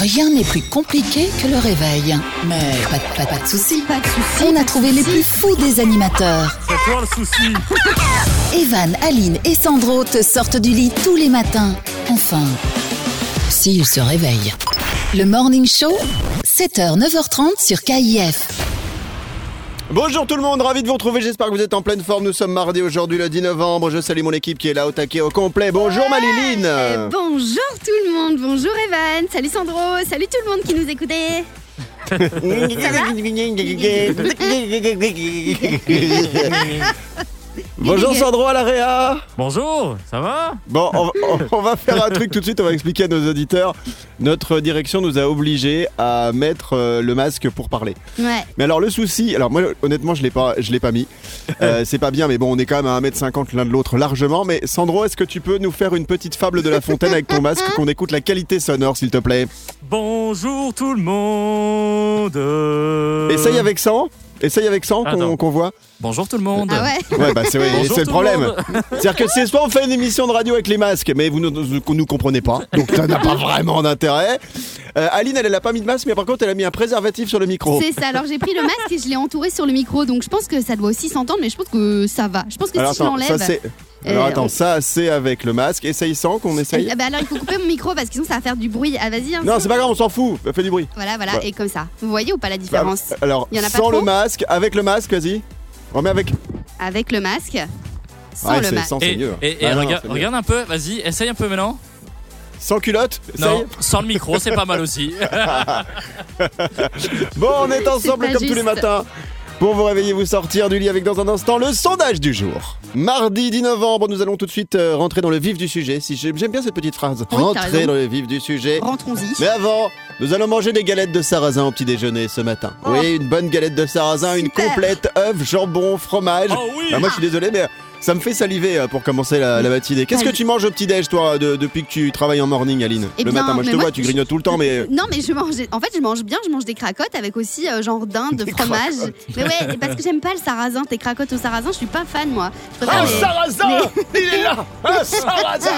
Rien n'est plus compliqué que le réveil. Mais pas de soucis. Pas de soucis. On a trouvé les plus fous des animateurs. C'est toi le souci. Evan, Aline et Sandro te sortent du lit tous les matins. Enfin, s'ils se réveillent. Le Morning Show, 7h, 9h30 sur KIF. Bonjour tout le monde, ravi de vous retrouver, j'espère que vous êtes en pleine forme. Nous sommes mardi aujourd'hui le 10 novembre, je salue mon équipe qui est là au taquet au complet. Bonjour Maliline. Bonjour tout le monde, bonjour Evan, salut Sandro, salut tout le monde qui nous écoutait. Bonjour Sandro à la réa. Bonjour, ça va? Bon, on va faire un truc tout de suite, on va expliquer à nos auditeurs. Notre direction nous a obligés à mettre le masque pour parler. Ouais. Mais alors le souci, alors moi honnêtement je l'ai pas mis. C'est pas bien, mais bon on est quand même à 1m50 l'un de l'autre largement. Mais Sandro, est-ce que tu peux nous faire une petite fable de La Fontaine avec ton masque, qu'on écoute la qualité sonore s'il te plaît? Bonjour tout le monde. Essaye avec 100 qu'on voit. Bonjour tout le monde. Ah ouais. Ouais, bah c'est Bonjour le tout problème. le monde. C'est-à-dire que c'est soit on fait une émission de radio avec les masques, mais vous nous comprenez pas, donc ça n'a pas vraiment d'intérêt. Aline, elle a pas mis de masque, mais par contre, elle a mis un préservatif sur le micro. C'est ça, alors j'ai pris le masque et je l'ai entouré sur le micro, donc je pense que ça doit aussi s'entendre, mais je pense que ça va. Je pense que Alors si je l'enlève... ça c'est avec le masque. Essaye sans qu'on essaye. Bah alors il faut couper mon micro parce que sinon ça va faire du bruit. Ah vas-y. Non, c'est pas grave, on s'en fout. Fais du bruit. Voilà, Ouais. et comme ça. Vous voyez ou pas la différence? Alors, Il y en a pas sans trop le masque, avec le masque, vas-y. Remets avec. Avec le masque, sans Ouais, le c'est masque. sans, c'est Et, mieux. et Ah non, regarde, c'est mieux. regarde un peu, vas-y, essaye un peu maintenant. Sans culotte. Non, Essaye. sans le micro, c'est pas mal aussi. Bon, on est ensemble pas comme tous les juste. matins. Pour vous réveiller, vous sortir du lit avec dans un instant le sondage du jour. Mardi 10 novembre, nous allons tout de suite rentrer dans le vif du sujet. J'aime bien cette petite phrase. Oui, t'as Rentrer raison. dans le vif du sujet. Rentrons-y. Mais avant, nous allons manger des galettes de sarrasin au petit déjeuner ce matin. Oh. Oui, une bonne galette de sarrasin, une Super. complète œuf, jambon, fromage. Oh oui. Ah, moi je suis désolé, mais ça me fait saliver pour commencer la matinée. Qu'est-ce que tu manges au petit-déj, toi, depuis que tu travailles en morning, Aline? Eh Le bien, matin, moi je mais te moi, vois, tu grignotes tout le temps, mais... Non mais je mange bien, je mange des cracottes avec aussi genre dinde, Des fromage. cracottes. Mais ouais, parce que j'aime pas le sarrasin, tes cracottes au sarrasin, je suis pas fan moi. Je préfère Un les- sarrasin Il est là Un sarrasin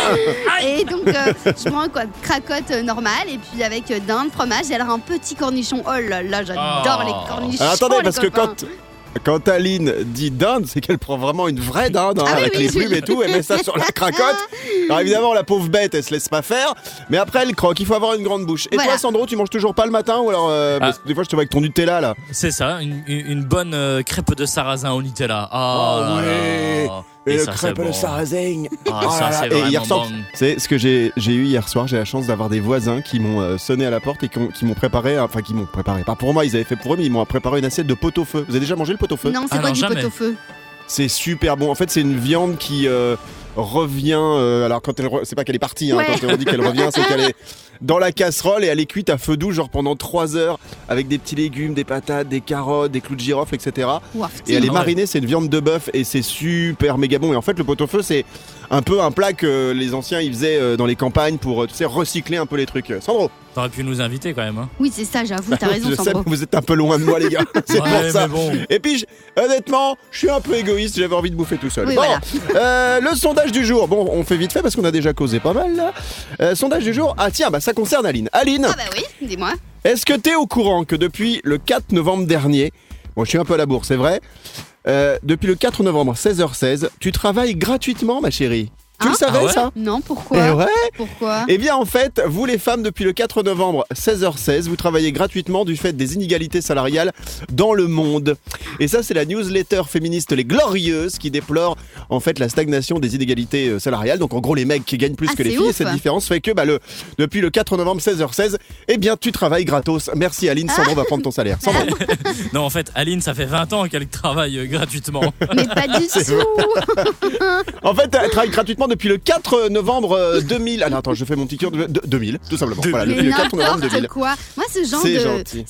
Et donc je prends quoi, cracottes normales et puis avec dinde, fromage et alors un petit cornichon. Oh là là, j'adore Oh. les cornichons. Alors attendez, les parce que copains. quand Aline dit dinde, c'est qu'elle prend vraiment une vraie dinde, hein, Ah oui, avec oui, les je- plumes et tout, elle met ça sur la cracotte. Alors évidemment, la pauvre bête, elle se laisse pas faire, mais après elle croque, il faut avoir une grande bouche. Et Voilà. toi, Sandro, tu manges toujours pas le matin ou alors parce que des fois je te vois avec ton Nutella là. C'est ça, une bonne crêpe de sarrasin au Nutella. Oh, là ouais. là. Et le ça, crêpe c'est de bon. sarrasin. Ah, Oh ça, là là. c'est Et vraiment hier soir, bon. c'est ce que j'ai eu hier soir. J'ai la chance d'avoir des voisins qui m'ont sonné à la porte et qui m'ont préparé, pas pour moi, ils avaient fait pour eux, mais ils m'ont préparé une assiette de pot-au-feu. Vous avez déjà mangé le pot-au-feu? Non, c'est Ah quoi non, du jamais. pot-au-feu? C'est super bon. En fait, c'est une viande qui revient. Alors, quand c'est pas qu'elle est partie, hein, Ouais. quand on dit qu'elle revient, c'est qu'elle est dans la casserole et elle est cuite à feu doux, genre pendant 3 heures, avec des petits légumes, des patates, des carottes, des clous de girofle, etc. Wafty. Et elle est Ah ouais. marinée, c'est une viande de bœuf et c'est super méga bon. Et en fait, le pot-au-feu, c'est un peu un plat que les anciens ils faisaient dans les campagnes pour tu sais, recycler un peu les trucs. Sandro, T'aurais pu nous inviter quand même. Hein. Oui, c'est ça, j'avoue, t'as raison je sais, Sandro. vous êtes un peu loin de moi, les gars. C'est Ouais, pour ça. mais bon. Et puis, honnêtement, je suis un peu égoïste, j'avais envie de bouffer tout seul. Oui, bon, voilà. le sondage du jour. Bon, on fait vite fait parce qu'on a déjà causé pas mal là. Sondage du jour. Ah tiens, bah ça concerne Aline. Aline, Ah bah oui, dis-moi. est-ce que t'es au courant que depuis le 4 novembre dernier, bon, je suis un peu à la bourre, c'est vrai. Depuis le 4 novembre, 16h16, tu travailles gratuitement, ma chérie. Tu Hein le savais Ah ouais ça? Non, pourquoi? Eh ouais. Pourquoi? Eh bien, en fait, vous les femmes, depuis le 4 novembre, 16h16, vous travaillez gratuitement du fait des inégalités salariales dans le monde. Et ça, c'est la newsletter féministe Les Glorieuses qui déplore, en fait, la stagnation des inégalités salariales. Donc, en gros, les mecs qui gagnent plus Ah, que les c'est filles. Et ouf. cette différence fait que, depuis le 4 novembre, 16h16, eh bien, tu travailles gratos. Merci, Aline. Sandro va prendre ton salaire. Sandro. Non, en fait, Aline, ça fait 20 ans qu'elle travaille gratuitement. Mais pas du tout. En fait, elle travaille gratuitement depuis le 4 novembre 2000. Ah non, attends, je fais mon petit cœur de 2000, tout simplement. Voilà, Mais depuis le 4 novembre n'importe 2000. quoi. Moi, ce genre C'est gentil.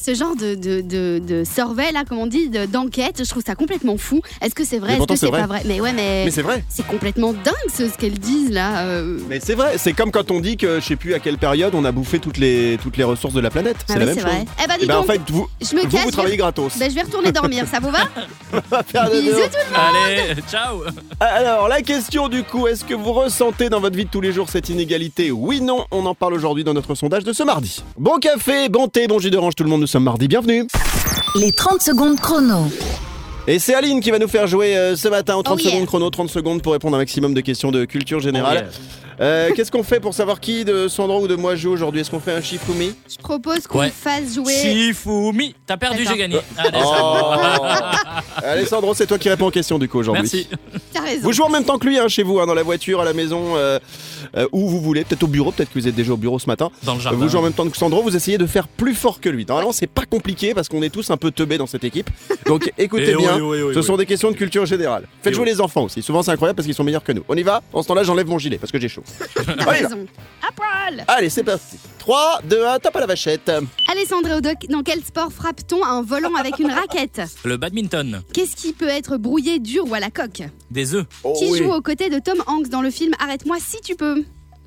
de survey là, comme on dit, d'enquête, je trouve ça complètement fou. Est-ce que c'est vrai? Mais Est-ce pourtant, que c'est c'est vrai. pas vrai? Mais ouais, Mais c'est vrai. c'est complètement dingue ce qu'elles disent là. Mais c'est vrai, c'est comme quand on dit que je sais plus à quelle période on a bouffé toutes les ressources de la planète. Ah C'est oui, la même c'est chose. vrai. Eh ben, dis Et ben en donc, fait, vous je me casse. travaillez gratos. Ben, je vais retourner dormir, ça vous va? Faire de Bisous dos. tout le monde. Allez, ciao. Alors la question du coup, est-ce que vous ressentez dans votre vie de tous les jours cette inégalité? Oui, non, on en parle aujourd'hui dans notre sondage de ce mardi. Bon café, bon thé, bon jus d'orange, tout le monde, nous sommes mardi, bienvenue. Les 30 secondes chrono. Et c'est Aline qui va nous faire jouer ce matin aux 30 yeah. secondes chrono, 30 secondes pour répondre à un maximum de questions de culture générale. Qu'est-ce qu'on fait pour savoir qui de Sandro ou de moi joue aujourd'hui? Est-ce qu'on fait un Shifumi? Je propose qu'on fasse jouer. Shifumi, t'as perdu, D'accord. j'ai gagné. Allez, Allez Sandro, c'est toi qui réponds aux questions du coup aujourd'hui. merci. T'as raison. Vous jouez en même temps que lui chez vous, dans la voiture, à la maison, où vous voulez, peut-être au bureau, peut-être que vous êtes déjà au bureau ce matin. Dans le jardin. Vous jouez en même temps que Sandro, vous essayez de faire plus fort que lui. Normalement, c'est pas compliqué parce qu'on est tous un peu teubés dans cette équipe. Donc écoutez bien, ce sont des questions de culture générale. Faites jouer les enfants aussi. Souvent c'est incroyable parce qu'ils sont meilleurs que nous. On y va? En ce temps-là, j'enlève mon gilet parce que j'ai chaud. T'as raison. À poil. Allez, c'est parti. 3, 2, 1, top à la vachette. Alessandro, dans quel sport frappe-t-on un volant avec une raquette? Le badminton, Qu'est-ce qui peut être brouillé, dur ou à la coque? des œufs. Oh, Qui oui. joue aux côtés de Tom Hanks dans le film Arrête-moi si tu peux?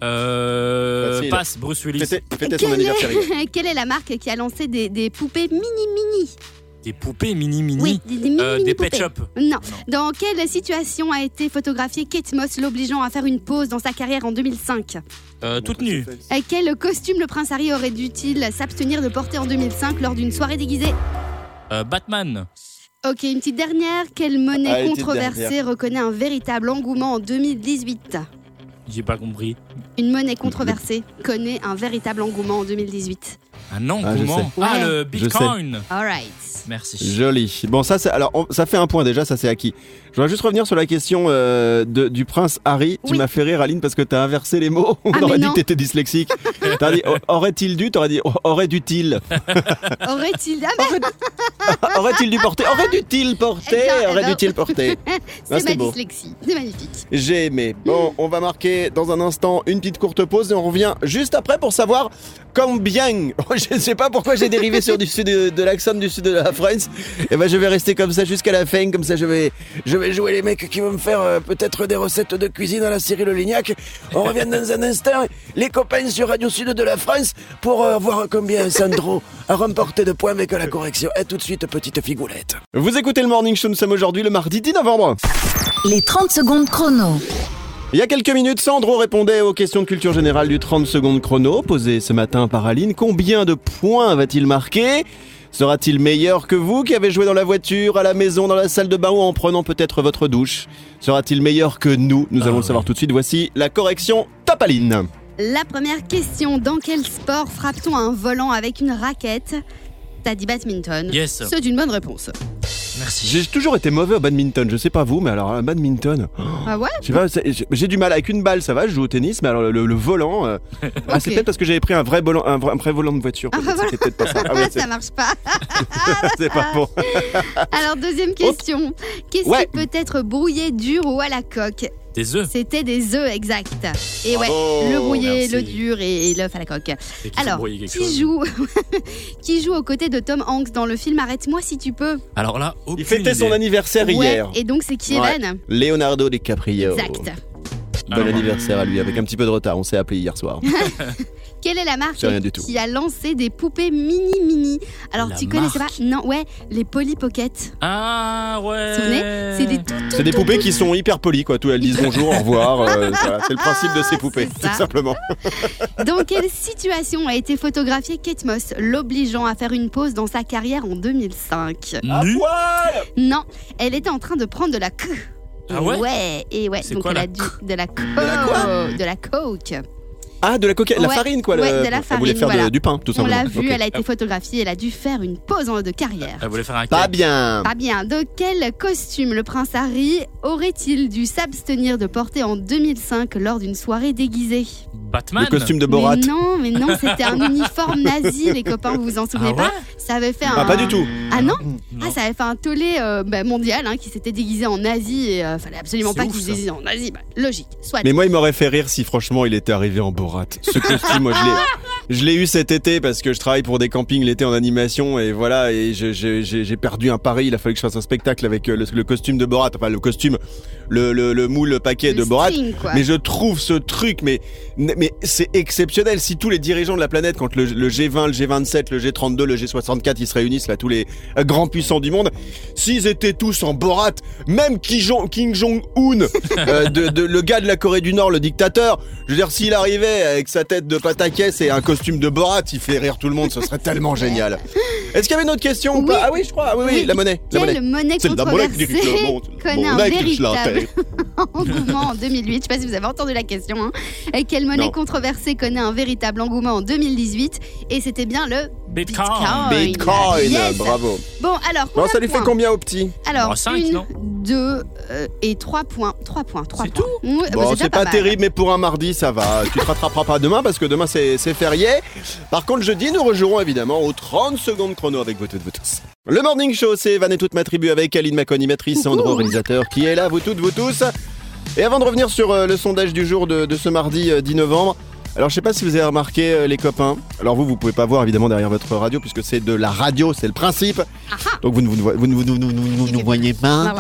Facile. Passe, Bruce Willis. Fêtez son anniversaire. Quelle est la marque qui a lancé des poupées mini? Des poupées mini. Oui, des mini Des poupées. pet shop. Non. Dans quelle situation a été photographiée Kate Moss, l'obligeant à faire une pause dans sa carrière en 2005? Toute nue. Quel costume le prince Harry aurait dû-il s'abstenir de porter en 2005 lors d'une soirée déguisée? Batman. Ok, une petite dernière. Quelle monnaie Allez, petite controversée dernière. reconnaît un véritable engouement en 2018? J'ai pas compris. Une monnaie controversée connaît un véritable engouement en 2018. Un je sais. engouement. Ouais. Le Bitcoin. Alright. Merci. Joli. Bon, ça, ça fait un point déjà, ça c'est acquis. Je voudrais juste revenir sur la question du prince Harry. Tu Oui. m'as fait rire, Aline, parce que t'as inversé les mots. On Ah, aurait mais dit non. que t'étais dyslexique. T'as dit aurait-il dû, t'aurais dit aurait dû-il. Aurait-il... Ah bah, Aurait-il dû porter? Aurait dû-il porter? Eh bien, Aurait dû-il porter? c'est ma c'était beau. dyslexie. C'est magnifique. J'ai aimé. Bon, on va marquer dans un instant une petite courte pause et on revient juste après pour savoir combien. Je ne sais pas pourquoi j'ai dérivé sur du sud de l'accent du sud de la France. Et ben je vais rester comme ça jusqu'à la fin. Comme ça, je vais jouer les mecs qui vont me faire peut-être des recettes de cuisine à la Cyril Lignac. On revient dans un instant, les copains sur Radio Sud de la France, pour voir combien Sandro a remporté de points avec la correction. Et tout de suite, petite figoulette. Vous écoutez le Morning Show, nous sommes aujourd'hui le mardi 10 novembre. Les 30 secondes chrono. Il y a quelques minutes, Sandro répondait aux questions de culture générale du 30 secondes chrono, posées ce matin par Aline. Combien de points va-t-il marquer? Sera-t-il meilleur que vous qui avez joué dans la voiture, à la maison, dans la salle de bain ou en prenant peut-être votre douche? Sera-t-il meilleur que nous? Nous allons le savoir tout de suite. Voici la correction Top Aline. La première question. Dans quel sport frappe-t-on un volant avec une raquette? T'as dit badminton. Yes. C'est une bonne réponse. Merci. J'ai toujours été mauvais au badminton, je sais pas vous, mais alors un badminton, Ah ouais? je sais pas, j'ai du mal avec une balle, ça va, je joue au tennis, mais alors le volant, c'est Ok. peut-être parce que j'avais pris un vrai volant de voiture. Ah, peut-être, voilà. c'était peut-être pas ça. Ah ouais, Ça marche pas. c'est pas bon. Alors, deuxième question. Qu'est-ce Ouais. qui peut être brouillé, dur ou à la coque? Des œufs. C'était des œufs, exact. Et ouais, Bravo, le brouillé, merci. le dur et l'œuf à la coque. Et qu'il faut Alors, broyer quelque qui chose. joue qui joue aux côtés de Tom Hanks dans le film Arrête-moi si tu peux? Alors là, aucune Il fêtait son idée. anniversaire Ouais, hier. et donc c'est qui, Ouais. Evan? Leonardo DiCaprio. Exact. Bon Alors, anniversaire à lui, avec un petit peu de retard, on s'est appelé hier soir. Quelle est la marque C'est rien du tout. qui a lancé des poupées mini? Alors, La tu connaissais pas? marque. Non, ouais, les Polly Pocket. Ah ouais. Vous vous souvenez? C'est des C'est des poupées qui sont hyper polies, quoi. Tout, elles disent bonjour, au revoir. Voilà, c'est le principe de ces poupées, c'est ça. tout simplement. Dans quelle situation a été photographiée Kate Moss, l'obligeant à faire une pause dans sa carrière en 2005? Nu. poil. Non, elle était en train de prendre de la queue. Ah ouais? Ouais, et ouais, C'est donc quoi, elle la a dû de la la quoi de la coke. Ah, de la coquette, la Ouais, farine, quoi. ouais, de la Elle voulait farine, faire voilà. du pain, tout On simplement. l'a vu, Ok. elle a été photographiée, elle a dû faire une pause de carrière. Elle voulait faire un Pas cake. bien. Pas bien. De quel costume le prince Harry aurait-il dû s'abstenir de porter en 2005 lors d'une soirée déguisée? Batman. Le costume de Borat. Mais non, c'était un uniforme nazi, les copains, vous vous en souvenez Ah ouais pas? Ça avait fait un... Ah, pas du tout. Ah non? Non. Ah, ça avait fait un tollé mondial qui s'était déguisé en nazi et fallait absolument C'est pas ouf, qu'il se ça. déguise en nazi. Bah, logique, soit. Mais moi, il m'aurait fait rire si franchement il était arrivé en Borat. Ce costume, moi, Je l'ai eu cet été parce que je travaille pour des campings l'été en animation et voilà, et j'ai perdu un pari. Il a fallu que je fasse un spectacle avec le costume de Borat, enfin le costume, le moule paquet de Borat. string, quoi. Mais je trouve ce truc, mais c'est exceptionnel. Si tous les dirigeants de la planète, quand le G20, le G27, le G32, le G64, ils se réunissent là, tous les grands puissants du monde, s'ils étaient tous en Borat, même Kim Jong-un, le gars de la Corée du Nord, le dictateur, je veux dire, s'il arrivait avec sa tête de pataquès et un costume de Borat, il fait rire tout le monde, ce serait tellement génial. Est-ce qu'il y avait une autre question ou pas? Ah oui, je crois. Oui, la monnaie. Quelle monnaie C'est la monnaie qui dirige le monde. connaît un véritable engouement en 2008? Je ne sais pas si vous avez entendu la question. Hein. Quelle monnaie controversée connaît un véritable engouement en 2018? Et c'était bien le Bitcoin. Yes. Bravo. Bon, alors, bon, ça lui fait combien au petit? Alors, 5, 2 et 3 points. 3 points. C'est tout? Bon, c'est pas terrible, mais pour un mardi, ça va. Tu te rattraperas pas demain parce que demain, c'est férié. Par contre, jeudi, nous rejouerons évidemment aux 30 secondes chrono avec vous toutes, vous tous. Le Morning Show, c'est Evan et toute ma tribu avec Aline, ma co-animatrice, Sandro, réalisateur, qui est là, vous toutes, vous tous. Et avant de revenir sur le sondage du jour de ce mardi 10 novembre, alors je sais pas si vous avez remarqué les copains, alors vous pouvez pas voir évidemment derrière votre radio puisque c'est de la radio, c'est le principe. Donc vous ne nous voyez pas,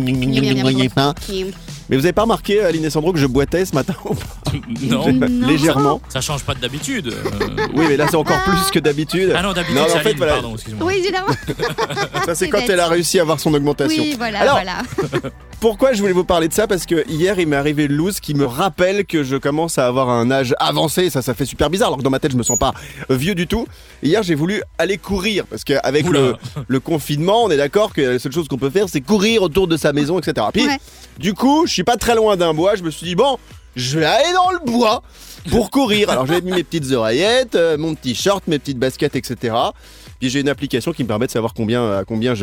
mais vous avez pas remarqué Aline et Sandro que je boitais ce matin ou pas? Non. Légèrement. Ça change pas d'habitude. Oui, mais là c'est encore plus que d'habitude. Ah non, d'habitude en c'est fait, Aline, voilà. pardon, excuse-moi. Oui, généralement. Ça c'est quand elle a réussi à avoir son augmentation. Oui, voilà, alors, voilà. Pourquoi je voulais vous parler de ça? Parce que hier il m'est arrivé une loose qui me rappelle que je commence à avoir un âge avancé. Ça fait super bizarre alors que dans ma tête je me sens pas vieux du tout. Et hier j'ai voulu aller courir parce qu'avec le confinement on est d'accord que la seule chose qu'on peut faire c'est courir autour de sa maison, etc. Puis du coup je suis pas très loin d'un bois. Je me suis dit bon, je vais aller dans le bois pour courir. Alors j'avais mis mes petites oreillettes, mon petit short, mes petites baskets, etc. Puis j'ai une application qui me permet de savoir à combien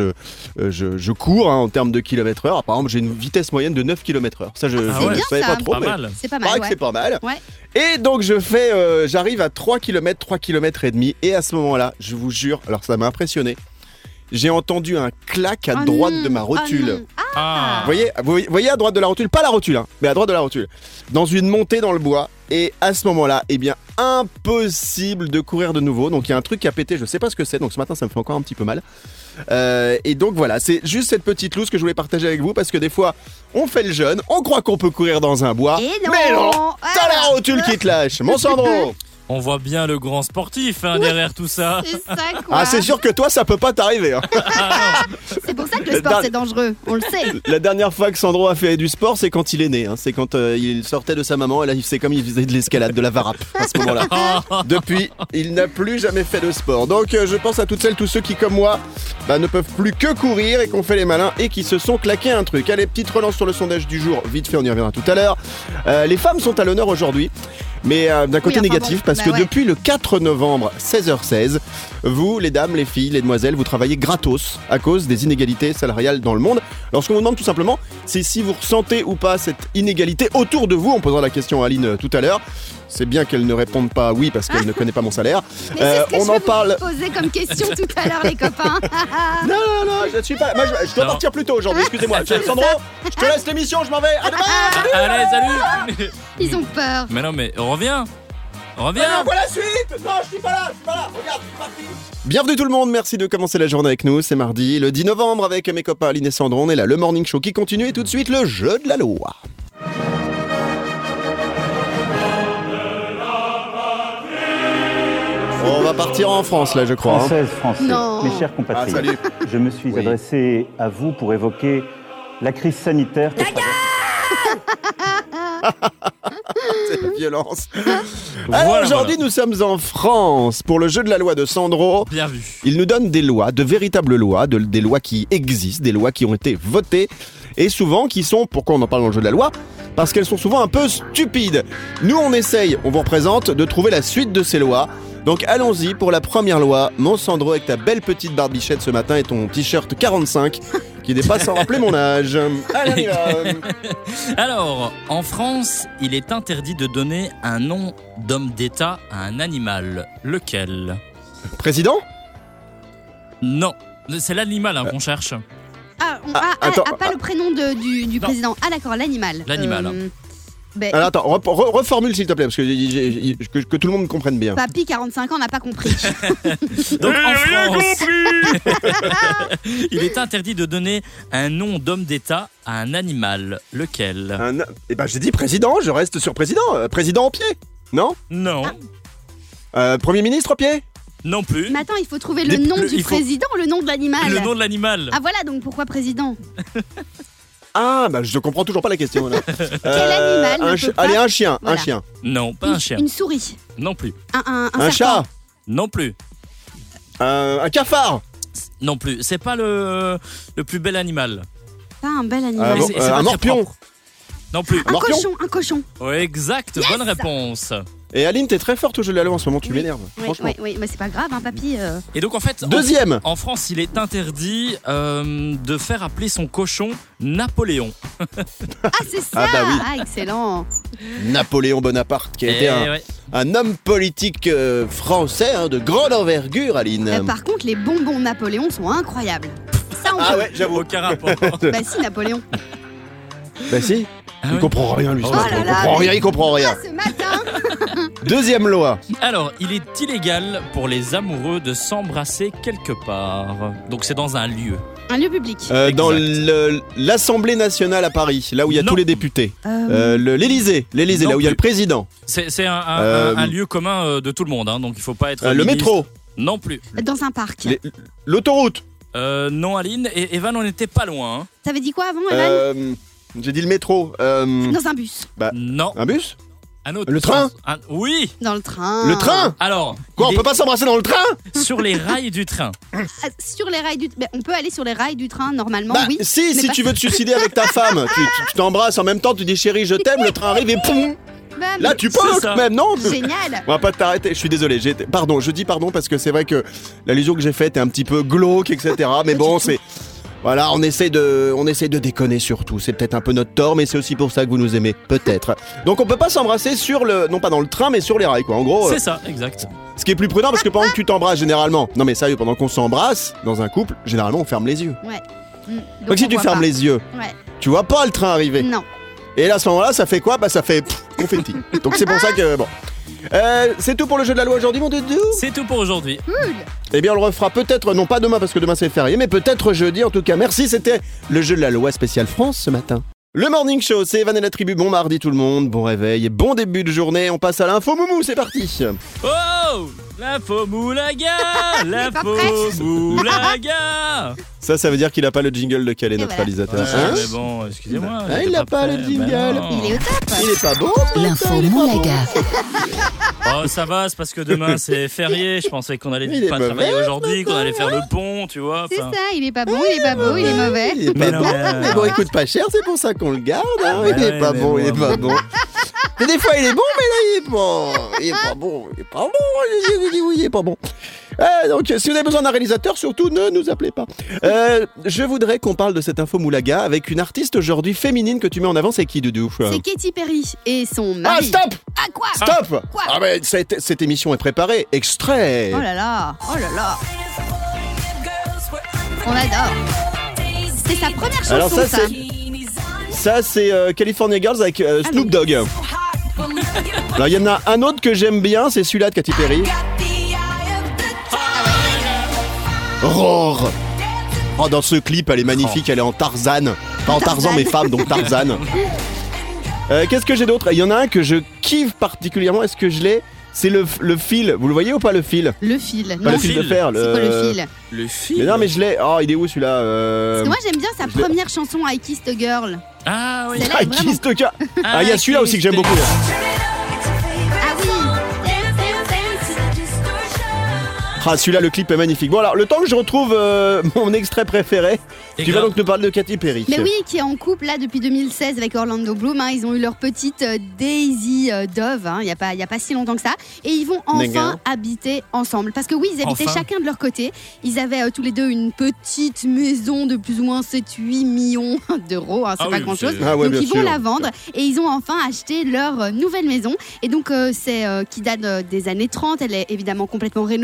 je cours en termes de km/h. Par exemple, j'ai une vitesse moyenne de 9 km/h. Ça, je savais pas trop. Pas mal. C'est pas mal. C'est pas mal. Ouais. Et donc, j'arrive à 3 km et demi. Et à ce moment-là, je vous jure, alors ça m'a impressionné. J'ai entendu un clac à droite de ma rotule. Vous voyez à droite de la rotule, pas la rotule, hein, mais à droite de la rotule. Dans une montée dans le bois. Et à ce moment-là, eh bien, impossible de courir de nouveau. Donc, il y a un truc qui a pété, je sais pas ce que c'est. Donc, ce matin, ça me fait encore un petit peu mal. Et donc, voilà, c'est juste cette petite loose que je voulais partager avec vous. Parce que des fois, on fait le jeune, on croit qu'on peut courir dans un bois. Mais non, t'as la rotule qui te lâche. Mon Sandro. On voit bien le grand sportif derrière tout ça. C'est ça, quoi. Ah, c'est sûr que toi, ça peut pas t'arriver. Hein. C'est pour ça que le sport, c'est dangereux. On le sait. La dernière fois que Sandro a fait du sport, c'est quand il est né. Hein. C'est quand il sortait de sa maman. Et là, c'est comme il faisait de l'escalade, de la varap à ce moment-là. Depuis, il n'a plus jamais fait de sport. Donc, je pense à toutes celles, tous ceux qui, comme moi, ne peuvent plus que courir et qu'on fait les malins et qui se sont claqués un truc. Allez, petite relance sur le sondage du jour. Vite fait, on y reviendra tout à l'heure. Les femmes sont à l'honneur aujourd'hui. Mais d'un côté négatif, parce que depuis le 4 novembre, 16h16, vous, les dames, les filles, les demoiselles, vous travaillez gratos à cause des inégalités salariales dans le monde. Alors ce qu'on vous demande tout simplement, c'est si vous ressentez ou pas cette inégalité autour de vous. On posera la question à Aline tout à l'heure. C'est bien qu'elle ne réponde pas oui parce qu'elle ne connaît pas mon salaire. Mais c'est ce que on je en vais parle. vous poser comme question tout à l'heure, les copains. Non, je ne suis pas. Moi, je dois partir plus tôt aujourd'hui. Excusez-moi. Sandro, je te laisse l'émission. Je m'en vais. À demain. Allez, salut. Ils ont peur. Mais non, mais reviens. Non, voilà la suite. Non, je suis pas là. Regarde, je suis parti. Bienvenue tout le monde, merci de commencer la journée avec nous. C'est mardi, le 10 novembre, avec mes copains Aline et Sandro. On est là, le Morning Show qui continue et tout de suite le jeu de la loi. On va partir en France là, je crois. Française, Français, Non. mes chers compatriotes, je me suis adressé à vous pour évoquer la crise sanitaire que traverse... C'est la violence. Alors aujourd'hui, nous sommes en France pour le jeu de la loi de Sandro. Bien vu. Il nous donne des lois, de véritables lois, des lois qui existent, des lois qui ont été votées et souvent qui sont, pourquoi on en parle dans le jeu de la loi ? Parce qu'elles sont souvent un peu stupides. Nous, on essaye, on vous représente, de trouver la suite de ces lois. Donc allons-y pour la première loi. Mon Sandro, avec ta belle petite barbichette ce matin et ton t-shirt 45 qui n'est pas sans rappeler mon âge. Allez, on y va. Alors, en France, il est interdit de donner un nom d'homme d'État à un animal. Lequel ? Président ? Non, c'est l'animal qu'on cherche. Pas le prénom du président. Ah d'accord, l'animal. L'animal. Alors attends, reformule s'il te plaît, parce que tout le monde comprenne bien. Papy, 45 ans, n'a pas compris. Donc en France, il est interdit de donner un nom d'homme d'État à un animal. Lequel ? Eh ben j'ai dit président, je reste sur président. Président au pied, non ? Non. Premier ministre au pied ? Non plus. Mais attends, il faut trouver le nom du président, le nom de l'animal. Le nom de l'animal. Ah voilà, donc pourquoi président ? Ah, bah je comprends toujours pas la question là. Quel animal Allez, un chien, Voilà. un chien. Non, pas un chien. Une souris. Non plus. Un Un serpent. chat. Non plus. Un cafard. Non plus. C'est pas le plus bel animal. Pas un bel animal. bon, C'est pas un très morpion. propre. Non plus. Un morpion. cochon. Ouais, exact, Yes. bonne réponse. Et Aline, t'es très forte au jeu de la loi en ce moment, tu m'énerves. Oui, Franchement. oui, mais c'est pas grave, hein, papy. Et donc en fait, Deuxième. en France, il est interdit de faire appeler son cochon Napoléon. Ah, c'est ça. Ah, bah oui. Ah, excellent. Napoléon Bonaparte, qui a été ouais. un homme politique français de grande envergure, Aline. Par contre, les bonbons Napoléon sont incroyables. Ça, on Ah peut- ouais, j'avoue. Aucun rapport. Bah si, Napoléon. Bah si. Il ouais. comprend rien, lui. Oh ce matin. là Il là, comprend mais- rien, il comprend rien. Ah, ce matin. Deuxième loi. Alors, il est illégal pour les amoureux de s'embrasser quelque part. Donc c'est dans un lieu. Un lieu public. Dans l'Assemblée nationale à Paris, là où il y a Non. tous les députés. L'Élysée, Non là où il y a le plus. président. C'est un lieu commun de tout le monde, hein, donc il faut pas être Le ministre. métro. Non plus. Dans un parc. L'autoroute. Non, Aline. Et Evan, on n'était pas loin. Hein. T'avais dit quoi avant, Evan J'ai dit le métro. Dans un bus. Non. Un bus. Un autre Le train. Oui. Dans le train. Le train. Alors, Quoi, on il peut pas s'embrasser dans le train? sur les rails du train. Sur les rails du train. On peut aller sur les rails du train normalement, Bah, oui. si mais pas- tu veux te suicider avec ta femme, tu t'embrasses en même temps, tu dis chérie, je t'aime, le train arrive et poum. Bah, Là, tu peux C'est ça. quand même, non? Génial. On va pas t'arrêter, je suis désolé. Pardon, je dis pardon parce que c'est vrai que l'allusion que j'ai faite est un petit peu glauque, etc. Mais bon, c'est. Voilà, on essaye de déconner surtout. C'est peut-être un peu notre tort, mais c'est aussi pour ça que vous nous aimez, peut-être. Donc on peut pas s'embrasser non pas dans le train, mais sur les rails, quoi. En gros, C'est ça, exact. ce qui est plus prudent parce que pendant que tu t'embrasses généralement, non mais sérieux, pendant qu'on s'embrasse dans un couple, généralement on ferme les yeux. Ouais. Donc si on tu voit fermes pas. les yeux, Ouais. tu vois pas le train arriver. Non. Et là, à ce moment-là, ça fait quoi? Bah ça fait confetti. Donc c'est pour ça que bon. C'est tout pour le jeu de la loi aujourd'hui, mon doudou. C'est tout pour aujourd'hui. Eh bien, on le refera peut-être, non pas demain parce que demain c'est férié, mais peut-être jeudi en tout cas. Merci, c'était le jeu de la loi spécial France ce matin. Le Morning Show, c'est Evan et la tribu. Bon mardi tout le monde, bon réveil et bon début de journée. On passe à l'info moumou, c'est parti. Oh, l'info moulaga, l'info moulaga. Ça veut dire qu'il a pas le jingle de Calais, Et notre voilà. réalisateur. Ouais, Hein mais bon, excusez-moi. Ah, j'étais il a pas prêt. le jingle. non. Il est au top. Il est pas bon. L'info il est pas bon. Moulaga. Oh, ça va, c'est parce que demain c'est férié. Je pensais qu'on allait Il est pas mauvais, travailler aujourd'hui, qu'on allait faire le pont, tu vois. C'est enfin. ça, il est pas bon, il est pas beau, il est mauvais. Il est Mais pas non, bon. mais- Mais bon, il coûte pas cher, c'est pour ça qu'on le garde. Hein. Ouais, Il est pas mais bon, il est bon. pas bon. Mais des fois il est bon, mais là il est pas. Il est pas bon, il est pas bon. Je dis oui, il est pas bon. Donc si vous avez besoin d'un réalisateur, surtout ne nous appelez pas. Je voudrais qu'on parle de cette info moulaga avec une artiste aujourd'hui féminine que tu mets en avant, c'est qui, Doudou? C'est Katy Perry et son Ah, mari. stop! Ah, quoi? Stop! Quoi? Ah ben cette émission est préparée. Extrait. Oh là là, oh là là. On adore. C'est sa première chanson, Alors ça, ça. Ça c'est California Girls avec Snoop Dogg. Alors il y en a un autre que j'aime bien, c'est celui-là de Katy Perry. Roar. Oh, dans ce clip, elle est magnifique, elle est en Tarzan. Pas en Tarzan, mais femme, donc Tarzan. Qu'est-ce que j'ai d'autre? Il y en a un que je kiffe particulièrement, est-ce que je l'ai? C'est le fil, vous le voyez ou pas le fil? Le fil. Pas Non, le fil de fer. c'est quoi le fil? Le film. Mais non, mais je l'ai. Oh, il est où celui-là? Parce que moi j'aime bien sa je l'ai- première chanson I Kissed a Girl. Ah oui. Celle-là Ah, est vraiment... Kiss the Cat. Ah, il y a celui-là aussi que j'aime beaucoup. Ah oui. Ah, celui-là, le clip est magnifique. Bon, alors, le temps que je retrouve mon extrait préféré, Et tu vas grave. donc nous parler de Katy Perry. Mais oui, qui est en couple là depuis 2016 avec Orlando Bloom. Hein. Ils ont eu leur petite Daisy Dove, hein, il y a pas si longtemps que ça. Et ils vont enfin D'accord. habiter ensemble. Parce que oui, ils habitaient Enfin. chacun de leur côté. Ils avaient tous les deux une petite maison de plus ou moins 7-8 millions d'euros. Hein, c'est Ah pas oui, grand-chose. c'est- Ah ouais, donc bien ils vont sûr. la vendre et ils ont enfin acheté leur nouvelle maison. Et donc c'est qui date des années 30. Elle est évidemment complètement rénovée,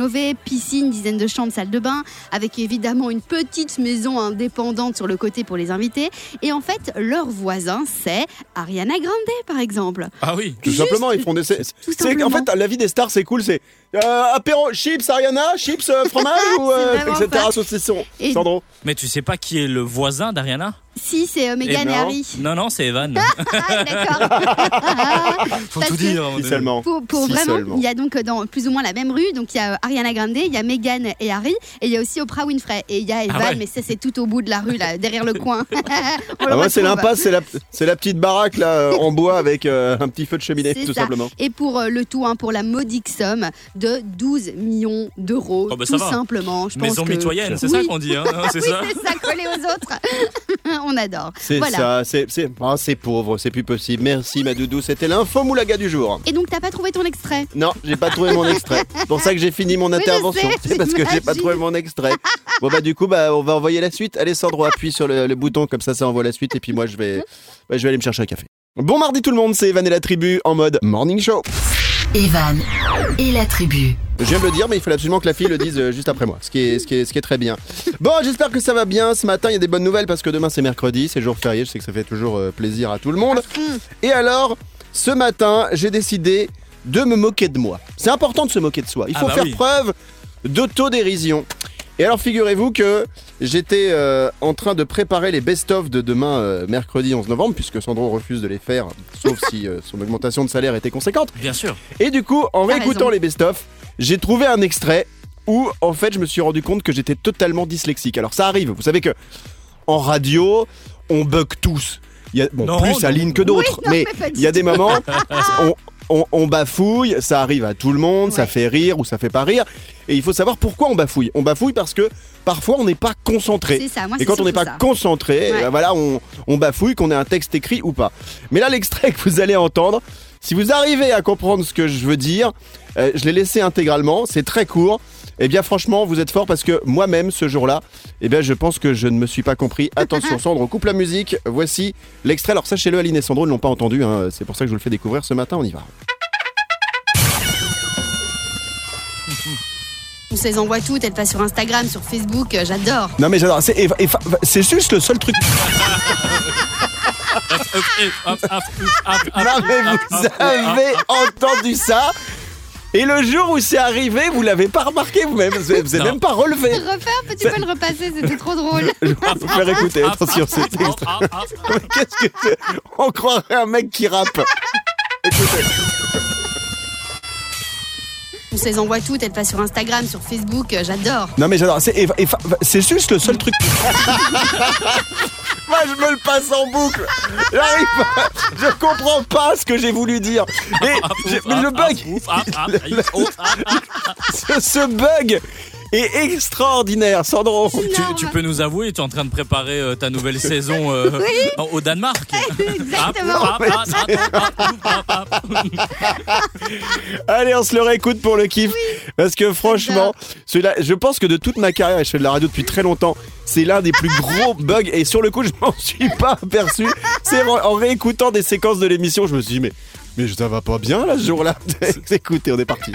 piscine, dizaines de chambres, salle de bain, avec évidemment une petite maison indépendante sur le côté pour les invités. Et en fait, leur voisin, c'est Ariana Grande, par exemple. Ah oui. Tout simplement, ils font des. En fait, la vie des stars, c'est cool. C'est apéro, chips, Ariana, chips, fromage ou etc. Saucisson. Sandro. Mais tu sais pas qui est le voisin d'Ariana? Si, c'est Meghan et Harry. Non, c'est Evan. D'accord. Faut tout dire. Seulement. Pour vraiment, il y a donc dans plus ou moins la même rue, donc il y a Ariana Grande, il y a Meghan et Harry, et il y a aussi Oprah Winfrey, et il y a Evan, mais ça c'est tout au bout de la rue, là, derrière le coin. Moi c'est l'impasse, c'est la petite baraque là en bois avec un petit feu de cheminée, tout simplement. Et pour le tout, pour la modique somme de 12 millions d'euros, tout simplement. Je Maison pense mitoyenne, c'est ça qu'on dit, hein, c'est ça. C'est ça, collé aux autres. On adore. C'est ça, c'est pauvre, c'est plus possible. Merci ma doudou, c'était l'info moulaga du jour. Et donc t'as pas trouvé ton extrait? Non, j'ai pas trouvé mon extrait. C'est pour ça que j'ai fini mon intervention. C'est parce que j'ai pas trouvé mon extrait. Bon du coup on va envoyer la suite. Allez Sandro, appuie sur le bouton comme ça envoie la suite et puis moi je vais aller me chercher un café. Bon mardi tout le monde, c'est Evan et la tribu en mode morning show. Evan et la tribu. Je viens de le dire, mais il fallait absolument que la fille le dise juste après moi, ce qui est très bien. Bon, j'espère que ça va bien. Ce matin, il y a des bonnes nouvelles parce que demain, c'est mercredi, c'est jour férié. Je sais que ça fait toujours plaisir à tout le monde. Et alors, ce matin, j'ai décidé de me moquer de moi. C'est important de se moquer de soi. Il faut faire preuve d'autodérision. Et alors, figurez-vous que j'étais en train de préparer les best-of de demain, mercredi 11 novembre, puisque Sandro refuse de les faire, sauf si son augmentation de salaire était conséquente. Bien sûr. Et du coup, en réécoutant les best-of, j'ai trouvé un extrait où, en fait, je me suis rendu compte que j'étais totalement dyslexique. Alors, ça arrive. Vous savez que en radio, on bug tous. Plus Aline que d'autres, mais il y a des moments, on bafouille, ça arrive à tout le monde, ça fait rire ou ça fait pas rire. Et il faut savoir pourquoi on bafouille. On bafouille parce que parfois on n'est pas concentré. C'est ça, moi, et quand on n'est pas concentré, on bafouille, qu'on ait un texte écrit ou pas. Mais là, l'extrait que vous allez entendre, si vous arrivez à comprendre ce que je veux dire, je l'ai laissé intégralement, c'est très court. Eh bien franchement, vous êtes fort parce que moi-même, ce jour-là, je pense que je ne me suis pas compris. Attention, Sandro, coupe la musique. Voici l'extrait. Alors sachez-le, Aline et Sandro ne l'ont pas entendu. C'est pour ça que je vous le fais découvrir ce matin. On y va. On se les envoie toutes, elles passent sur Instagram, sur Facebook, j'adore. Non mais j'adore, c'est juste le seul truc. Non mais vous avez entendu ça? Et le jour où c'est arrivé, vous l'avez pas remarqué vous-même, vous n'avez même pas relevé. Tu peux le repasser, c'était trop drôle. Je vais vous faire écouter, attention, c'est extrait. Qu'est-ce que c'est? On croirait un mec qui rappe. Écoutez. On se les envoie toutes, elles passent sur Instagram, sur Facebook, j'adore. Non mais j'adore, c'est juste le seul truc. Moi je me le passe en boucle. J'arrive pas, je comprends pas ce que j'ai voulu dire. Mais le bug, ce bug est extraordinaire, Sandro. Tu peux nous avouer, tu es en train de préparer ta nouvelle saison au Danemark. Exactement. Allez, on se le réécoute pour le kiff. Parce que franchement, celui-là, je pense que de toute ma carrière, et je fais de la radio depuis très longtemps, c'est l'un des plus gros bugs. Et sur le coup, je m'en suis pas aperçu. C'est en réécoutant des séquences de l'émission, je me suis dit, mais ça va pas bien là ce jour-là. Écoutez, on est parti.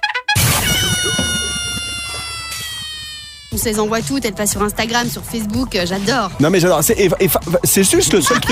On se les envoie toutes, elles passent sur Instagram, sur Facebook, j'adore. Non mais j'adore, c'est juste le seul truc.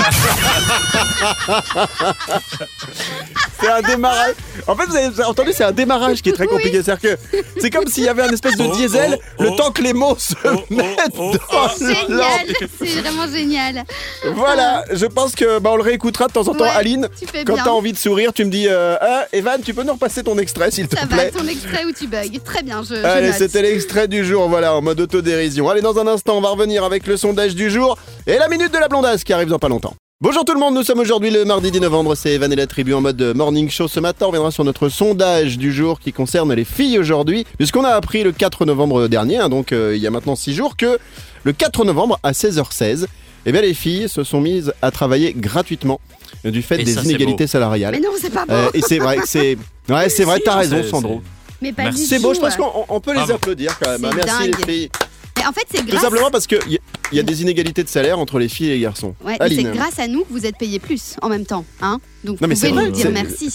C'est un démarrage. En fait, vous avez entendu, c'est un démarrage qui est très compliqué. C'est-à-dire que c'est comme s'il y avait un espèce de diesel, le temps que les mots se mettent dans le génial, c'est vraiment génial. Voilà, je pense que on le réécoutera de temps en temps. Aline, quand t'as envie de sourire, tu me dis Evan, tu peux nous repasser ton extrait s'il te plaît. Ça va, ton extrait où tu bugs. Très bien, je Allez, note. c'était l'extrait du jour, voilà, en mode autodérision. Allez, dans un instant, on va revenir avec le sondage du jour et la minute de la blondasse qui arrive dans pas longtemps. Bonjour tout le monde, nous sommes aujourd'hui le mardi 10 novembre, c'est Evan et la tribu en mode morning show. Ce matin, on reviendra sur notre sondage du jour qui concerne les filles aujourd'hui, puisqu'on a appris le 4 novembre dernier, donc il y a maintenant 6 jours, que le 4 novembre à 16h16, les filles se sont mises à travailler gratuitement du fait des inégalités salariales. Mais non, c'est pas beau. Et c'est vrai que c'est... Ouais, c'est vrai, t'as raison Sandro. Mais pas du tout. C'est beau, je pense qu'on peut les applaudir quand même. Merci les filles. Mais en fait, c'est grâce... Tout simplement parce qu'il y a des inégalités de salaire entre les filles et les garçons. Ouais, et c'est grâce à nous que vous êtes payés plus en même temps. Hein, donc non, vous pouvez nous dire c'est... merci.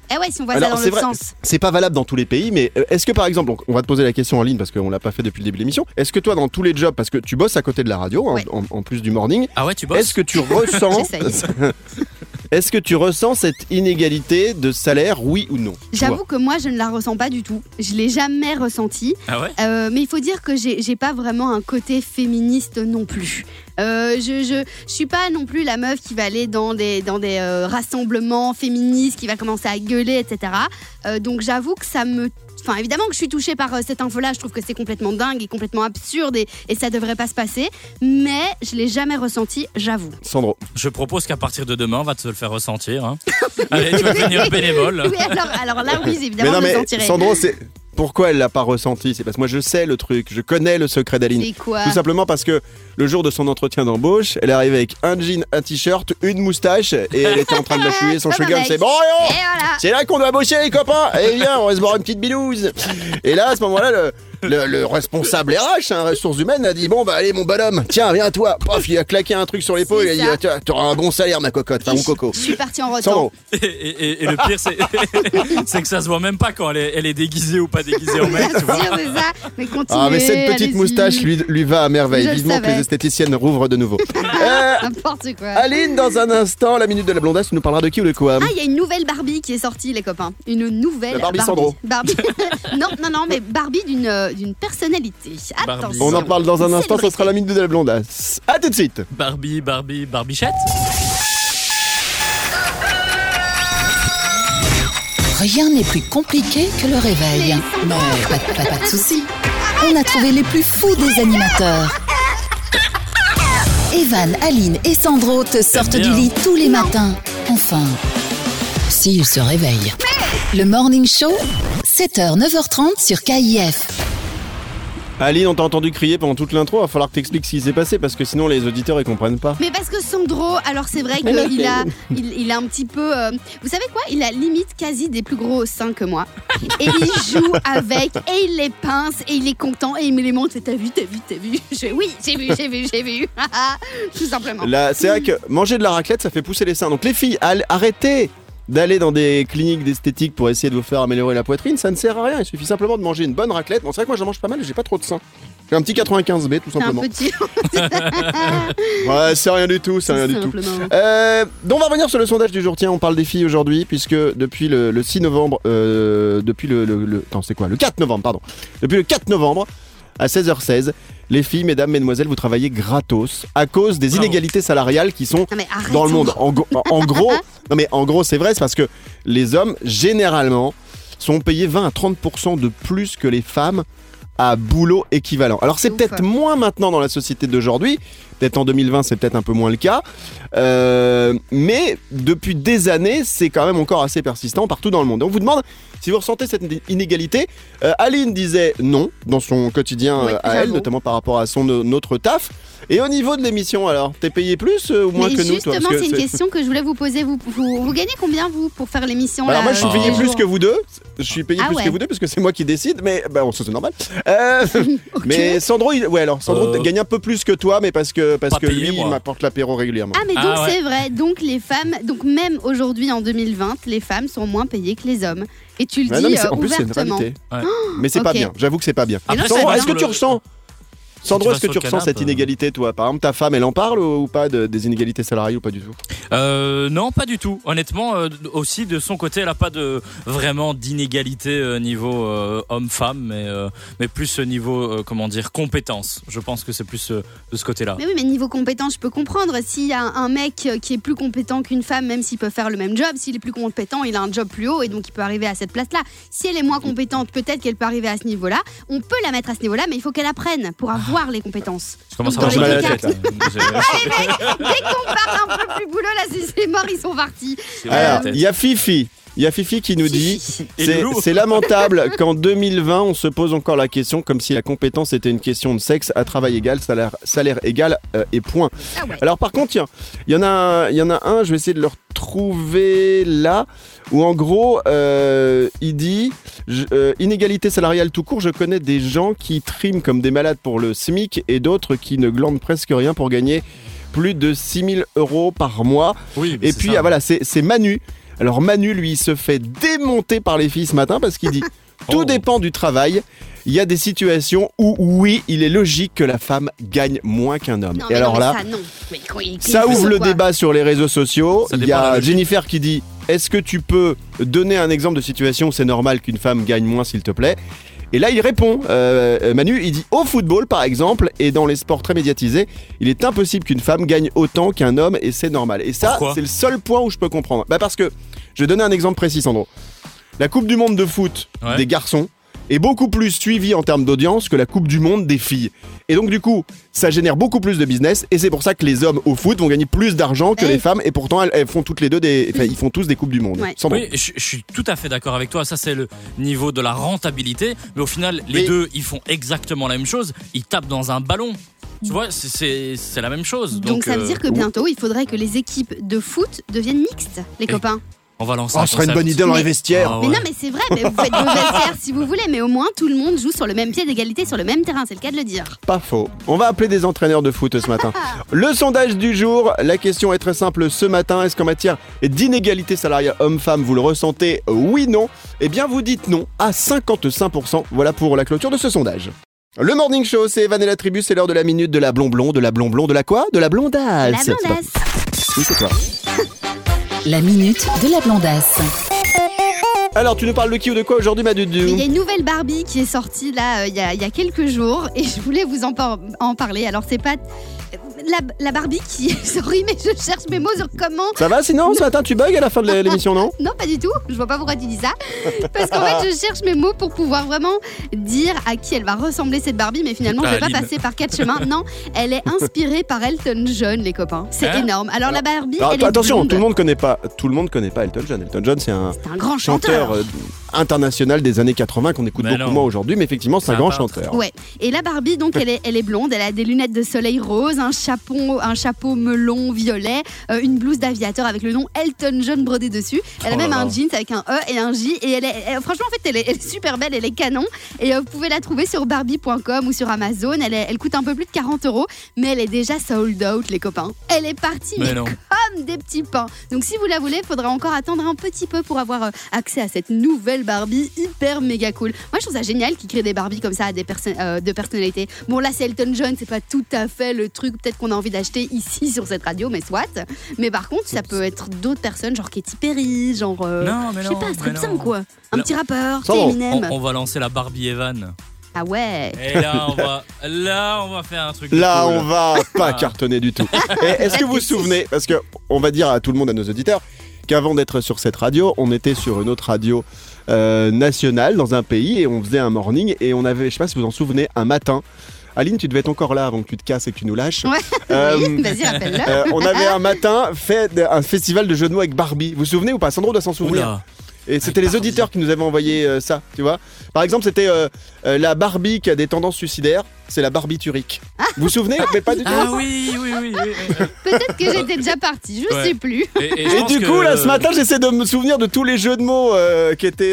Eh ouais, si on voit ça dans l'autre sens. C'est pas valable dans tous les pays, mais est-ce que par exemple, on va te poser la question en ligne parce qu'on l'a pas fait depuis le début de l'émission, est-ce que toi dans tous les jobs, parce que tu bosses à côté de la radio, en plus du morning, ah ouais, tu bosses, est-ce que tu ressens Est-ce que tu ressens cette inégalité de salaire, oui ou non? J'avoue que moi, je ne la ressens pas du tout. Je l'ai jamais ressentie. Ah ouais? Mais il faut dire que j'ai pas vraiment un côté féministe non plus. Je suis pas non plus la meuf qui va aller dans des rassemblements féministes, qui va commencer à gueuler, etc. Donc j'avoue que ça me... Enfin, évidemment que je suis touchée par cette info-là. Je trouve que c'est complètement dingue et complètement absurde et ça devrait pas se passer. Mais je l'ai jamais ressenti, j'avoue. Sandro. Je propose qu'à partir de demain, on va te le faire ressentir. Hein. Allez, tu vas devenir bénévole. Oui, alors là, oui, évidemment, je le sentirai. Sandro, c'est... Pourquoi elle l'a pas ressenti? C'est parce que moi je sais le truc, je connais le secret d'Aline. C'est quoi? Tout simplement parce que le jour de son entretien d'embauche, elle est arrivée avec un jean, un t-shirt, une moustache et elle était en train de mâchouiller son chewing-gum. C'est bon, voilà. C'est là qu'on doit bosser les copains. Allez viens, on va se boire une petite bilouse. Et là à ce moment-là, le responsable RH, ressources humaines, a dit bon bah allez mon bonhomme, tiens viens à toi. Pof, il a claqué un truc sur l'épaule, il a dit t'auras un bon salaire ma cocotte, enfin mon coco. Je suis parti en retour. Et le pire c'est que ça se voit même pas quand elle est déguisée ou pas déguisée en mec. Tu vois. C'est ça. Mais continuez. Ah mais cette petite moustache lui va à merveille. Vivement que les esthéticiennes rouvrent de nouveau. N'importe quoi. Aline, dans un instant, la minute de la blondasse, tu nous parleras de qui ou de quoi? Ah, il y a une nouvelle Barbie qui est sortie, les copains. Une nouvelle la Barbie Sandro. Barbie. non, mais Barbie d'une personnalité. Attention. On en parle dans un instant, ce sera la minute de la blondasse. A tout de suite. Barbichette. Rien n'est plus compliqué que le réveil. Mais pas de soucis. On a trouvé les plus fous des animateurs. Evan, Aline et Sandro te sortent du lit tous les matins. Enfin, s'ils se réveillent. Le Morning Show, 7h, 9h30 sur KIF. Aline, on t'a entendu crier pendant toute l'intro, il va falloir que t'expliques ce qui s'est passé parce que sinon les auditeurs ils comprennent pas. Mais parce que Sandro, alors c'est vrai qu'il a un petit peu... vous savez quoi? Il a limite quasi des plus gros seins que moi. Et il joue avec, et il les pince, et il est content, et il me les montre. T'as vu? Je fais oui, j'ai vu. Tout simplement. Là, c'est vrai que manger de la raclette, ça fait pousser les seins. Donc les filles, arrêtez d'aller dans des cliniques d'esthétique pour essayer de vous faire améliorer la poitrine, ça ne sert à rien. Il suffit simplement de manger une bonne raclette. Bon, c'est vrai que moi j'en mange pas mal et j'ai pas trop de seins. J'ai un petit 95B tout simplement. Un petit. Ouais, c'est rien du tout, Donc on va revenir sur le sondage du jour. Tiens, on parle des filles aujourd'hui puisque depuis le 6 novembre, depuis le 4 novembre, pardon. Depuis le 4 novembre à 16h16, les filles, mesdames, mesdemoiselles, vous travaillez gratos à cause des inégalités salariales qui sont dans le monde. En gros, c'est vrai, c'est parce que les hommes, généralement, sont payés 20 à 30% de plus que les femmes à boulot équivalent. Alors c'est peut-être moins maintenant dans la société d'aujourd'hui, peut-être en 2020 c'est peut-être un peu moins le cas, mais depuis des années c'est quand même encore assez persistant partout dans le monde. On vous demande si vous ressentez cette inégalité. Aline disait non dans son quotidien à elle, notamment par rapport à son autre taf. Et au niveau de l'émission, alors, t'es payé plus ou moins que nous, toi? Justement, c'est une question que je voulais vous poser. Vous gagnez combien, vous, pour faire l'émission? Alors moi, je suis payé plus que vous deux. Je suis payé plus que vous deux parce que c'est moi qui décide, mais ça c'est normal. Mais Sandro, Sandro gagne un peu plus que toi, mais parce que lui, il m'apporte l'apéro régulièrement. Ah, mais donc c'est vrai. Donc les femmes, donc même aujourd'hui en 2020, les femmes sont moins payées que les hommes. Et tu le dis en plus, c'est une réalité. Mais c'est pas bien. J'avoue que c'est pas bien. Sandro, est-ce que tu ressens? Sandro, est-ce que tu ressens cette inégalité, toi? Par exemple, ta femme, elle en parle ou pas des inégalités salariales ou pas du tout? Non, pas du tout. Honnêtement, aussi de son côté, elle n'a pas vraiment d'inégalité niveau homme-femme, mais plus niveau, compétence. Je pense que c'est plus de ce côté-là. Mais oui, mais niveau compétence, je peux comprendre. S'il y a un mec qui est plus compétent qu'une femme, même s'il peut faire le même job, s'il est plus compétent, il a un job plus haut et donc il peut arriver à cette place-là. Si elle est moins compétente, peut-être qu'elle peut arriver à ce niveau-là. On peut la mettre à ce niveau-là, mais il faut qu'elle apprenne pour avoir les compétences. Je commence à avoir mal à la tête. Dès qu'on parle un peu plus boulot, là, c'est mort, ils sont partis. Alors, il y a Fifi. Il y a Fifi qui nous dit c'est lamentable qu'en 2020 on se pose encore la question comme si la compétence était une question de sexe, à travail égal, salaire égal et point. Ah ouais. Alors par contre, il y en a un, je vais essayer de le retrouver là, où en gros il dit inégalité salariale tout court, je connais des gens qui triment comme des malades pour le SMIC et d'autres qui ne glandent presque rien pour gagner plus de 6 000 € par mois. Oui, et puis voilà, c'est Manu. Alors Manu, lui, il se fait démonter par les filles ce matin parce qu'il dit tout dépend du travail. Il y a des situations où, oui, il est logique que la femme gagne moins qu'un homme. Non, Et alors là, ça ouvre le débat sur les réseaux sociaux. Il y a Jennifer qui dit est-ce que tu peux donner un exemple de situation où c'est normal qu'une femme gagne moins, s'il te plaît ? Et là, il répond, Manu, il dit au football, par exemple, et dans les sports très médiatisés, il est impossible qu'une femme gagne autant qu'un homme, et c'est normal. Et ça, c'est le seul point où je peux comprendre. Parce que, je vais donner un exemple précis, Sandro. La Coupe du Monde de foot des garçons est beaucoup plus suivie en termes d'audience que la Coupe du Monde des filles. Et donc, du coup, ça génère beaucoup plus de business, et c'est pour ça que les hommes au foot vont gagner plus d'argent que les femmes, et pourtant, elles font toutes les deux ils font tous des Coupes du Monde. Ouais. Oui, je suis tout à fait d'accord avec toi. Ça, c'est le niveau de la rentabilité. Mais au final, les deux, ils font exactement la même chose. Ils tapent dans un ballon. Tu vois, c'est la même chose. Donc ça veut dire que bientôt, il faudrait que les équipes de foot deviennent mixtes, les copains. On va lancer ce serait une bonne idée dans les vestiaires. Mais non, mais c'est vrai, mais vous faites vos vestiaires si vous voulez, mais au moins tout le monde joue sur le même pied d'égalité, sur le même terrain, c'est le cas de le dire. Pas faux. On va appeler des entraîneurs de foot ce matin. Le sondage du jour, la question est très simple ce matin. Est-ce qu'en matière d'inégalité salariale homme-femme, vous le ressentez oui, non ? Eh bien, vous dites non à 55%. Voilà pour la clôture de ce sondage. Le Morning Show, c'est Evan et la tribu, c'est l'heure de la minute de la blonblon, de la blonblon, de la quoi ? De la blondasse. La blondasse. Oui, c'est toi. La minute de la blondasse. Alors, tu nous parles de qui ou de quoi aujourd'hui, ma Dudu ? Il y a une nouvelle Barbie qui est sortie là il y a quelques jours et je voulais vous en parler. Alors, c'est pas la Barbie qui... Sorry, mais je cherche mes mots sur comment... Ça va sinon, ce matin, tu bugs à la fin de l'émission, non ? Non, pas du tout. Je vois pas pourquoi tu dis ça. Parce qu'en fait, je cherche mes mots pour pouvoir vraiment dire à qui elle va ressembler cette Barbie. Mais finalement, je vais pas passer par 4 chemins. Non, elle est inspirée par Elton John, les copains. C'est énorme. Alors, la Barbie, elle est attention, blonde. tout le monde connaît pas Elton John. Elton John, c'est un grand chanteur international des années 80 qu'on écoute beaucoup moins aujourd'hui. Mais effectivement, c'est un grand chanteur. Ouais. Et la Barbie, donc, elle est blonde. Elle a des lunettes de soleil rose, un chapeau melon violet, une blouse d'aviateur avec le nom Elton John brodé dessus. Elle a même un jeans avec un E et un J. Et franchement, en fait, elle est super belle, elle est canon. Et vous pouvez la trouver sur Barbie.com ou sur Amazon. Elle coûte un peu plus de 40€, mais elle est déjà sold out, les copains. Elle est partie, mais comme des petits pains. Donc, si vous la voulez, il faudra encore attendre un petit peu pour avoir accès à cette nouvelle Barbie hyper méga cool. Moi, je trouve ça génial qu'ils créent des Barbies comme ça à de personnalités. Bon, là, c'est Elton John, c'est pas tout à fait le truc peut-être qu'on a envie d'acheter ici sur cette radio, mais soit. Mais par contre, ça peut être d'autres personnes, genre Katy Perry, genre. Je sais pas, Strepsin quoi. Un petit rappeur, Eminem. On va lancer la Barbie Evan. Ah ouais. Et là, on va faire un truc. Là, cool. on va pas cartonner du tout. Et est-ce que vous vous souvenez, parce que on va dire à tout le monde, à nos auditeurs, qu'avant d'être sur cette radio, on était sur une autre radio nationale dans un pays et on faisait un morning et on avait, je sais pas si vous vous en souvenez, un matin. Aline, tu devais être encore là avant que tu te casses et que tu nous lâches. Ouais. Oui, vas-y, rappelle-le. On avait un matin fait un festival de jeux de mots avec Barbie. Vous vous souvenez ou pas ? Sandro doit s'en souvenir. Oula. Et c'était les auditeurs qui nous avaient envoyé ça, tu vois. Par exemple, c'était la Barbie qui a des tendances suicidaires. C'est la barbiturique. Vous vous souvenez ? Mais pas du tout. Ah oui. Peut-être que j'étais déjà partie, je sais plus. Et du coup, là, ce matin, j'essaie de me souvenir de tous les jeux de mots qui étaient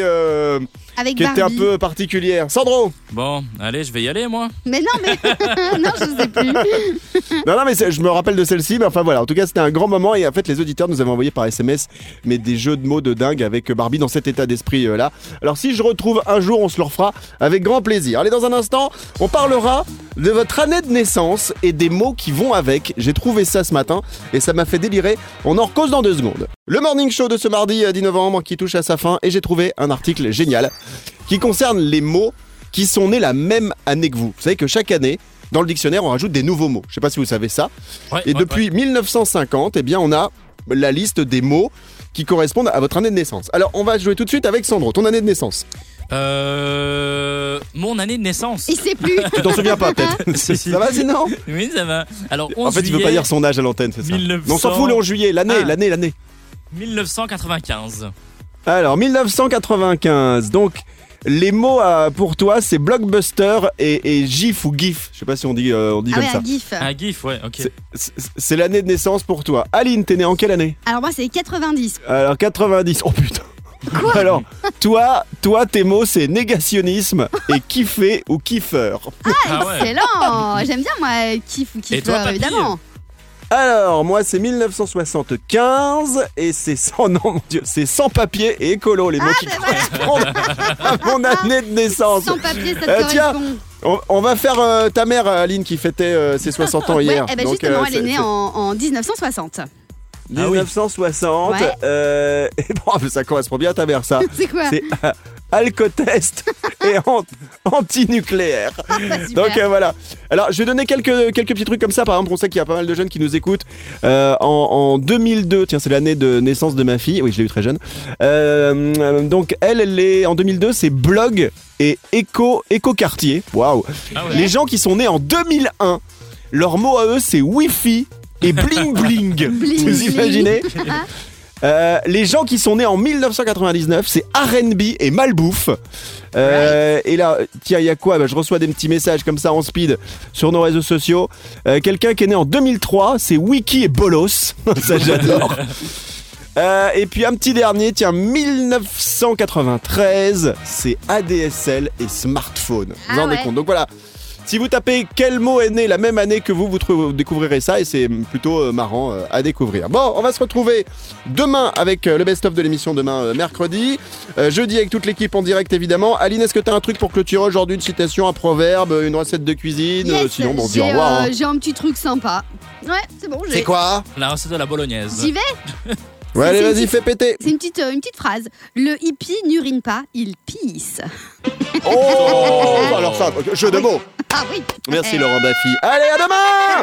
un peu particulières. Sandro ! Bon, allez, je vais y aller, moi. Mais non, non, je sais plus. Non, mais je me rappelle de celle-ci. Mais enfin, voilà. En tout cas, c'était un grand moment. Et en fait, les auditeurs nous avaient envoyé par SMS des jeux de mots de dingue avec Barbie dans cet état d'esprit-là. Alors, si je retrouve un jour, on se le refera avec grand plaisir. Allez, dans un instant, on parlera de votre année de naissance et des mots qui vont avec. J'ai trouvé ça ce matin et ça m'a fait délirer. On en recose dans 2 secondes. Le Morning Show de ce mardi 10 novembre qui touche à sa fin et j'ai trouvé un article génial qui concerne les mots qui sont nés la même année que vous. Vous savez que chaque année, dans le dictionnaire, on rajoute des nouveaux mots. Je ne sais pas si vous savez ça. Depuis 1950, eh bien, on a la liste des mots qui correspondent à votre année de naissance. Alors, on va jouer tout de suite avec Sandro. Ton année de naissance ? Mon année de naissance. Il sait plus. Tu t'en souviens pas peut-être? Si. Ça va sinon? Oui, ça va. Alors, en fait, il veut pas dire son âge à l'antenne, c'est ça. 1900... Non, on s'en fout, le 11 juillet, l'année. 1995. Alors, 1995. Donc, les mots pour toi, c'est blockbuster et gif ou gif. Je sais pas si on dit comme ça. GIF. Un gif, ouais, ok. C'est l'année de naissance pour toi. Aline, t'es née en quelle année? Alors moi, c'est 90. Alors, 90. Oh putain. Quoi? Alors, toi, tes mots, c'est négationnisme et kiffer ou kiffeur. Ah, excellent. J'aime bien, moi, kiff ou kiffeur, toi, papy? évidemment. Alors, moi, c'est 1975 et c'est sans, non, mon Dieu, c'est sans papier et écolo, les mots qui correspondent à mon année de naissance. Sans papier, ça te Tiens, correspond. on va faire ta mère, Aline, qui fêtait ses 60 ans hier. Ouais, donc, justement, elle est née en 1960. 1960. Ouais. Et bon, ça correspond bien à ta mère, ça. C'est quoi? C'est alcotest et antinucléaire. Donc voilà. Alors je vais donner quelques petits trucs comme ça. Par exemple, on sait qu'il y a pas mal de jeunes qui nous écoutent. En 2002, tiens, c'est l'année de naissance de ma fille. Oui, je l'ai eu très jeune. Donc elle est en 2002, c'est blog et éco-quartier. Waouh. Ah ouais. Les gens qui sont nés en 2001, leur mot à eux c'est Wi-Fi et bling bling. Vous imaginez? Les gens qui sont nés en 1999, c'est R&B et malbouffe. Et là, tiens, il y a quoi? Je reçois des petits messages comme ça en speed sur nos réseaux sociaux. Quelqu'un qui est né en 2003, c'est Wiki et Bolos. Ça, j'adore. Et puis un petit dernier, tiens, 1993, c'est ADSL et smartphone. Vous vous rendez compte? Donc voilà. Si vous tapez quel mot est né la même année que vous découvrirez ça et c'est plutôt marrant à découvrir. Bon, on va se retrouver demain avec le best-of de l'émission demain mercredi. Jeudi avec toute l'équipe en direct évidemment. Aline, est-ce que tu as un truc pour clôturer aujourd'hui? Une citation, un proverbe, une recette de cuisine? Yes, sinon, bon, on se dit au revoir. j'ai un petit truc sympa. Ouais, c'est bon. C'est quoi? La recette de la bolognaise. J'y vais. Ouais, allez, c'est vas-y, fais péter. C'est une petite phrase. Le hippie n'urine pas, il pisse. Oh, alors ça, jeu de mots. Ah oui. Merci Laurent Baffy. Allez, à demain.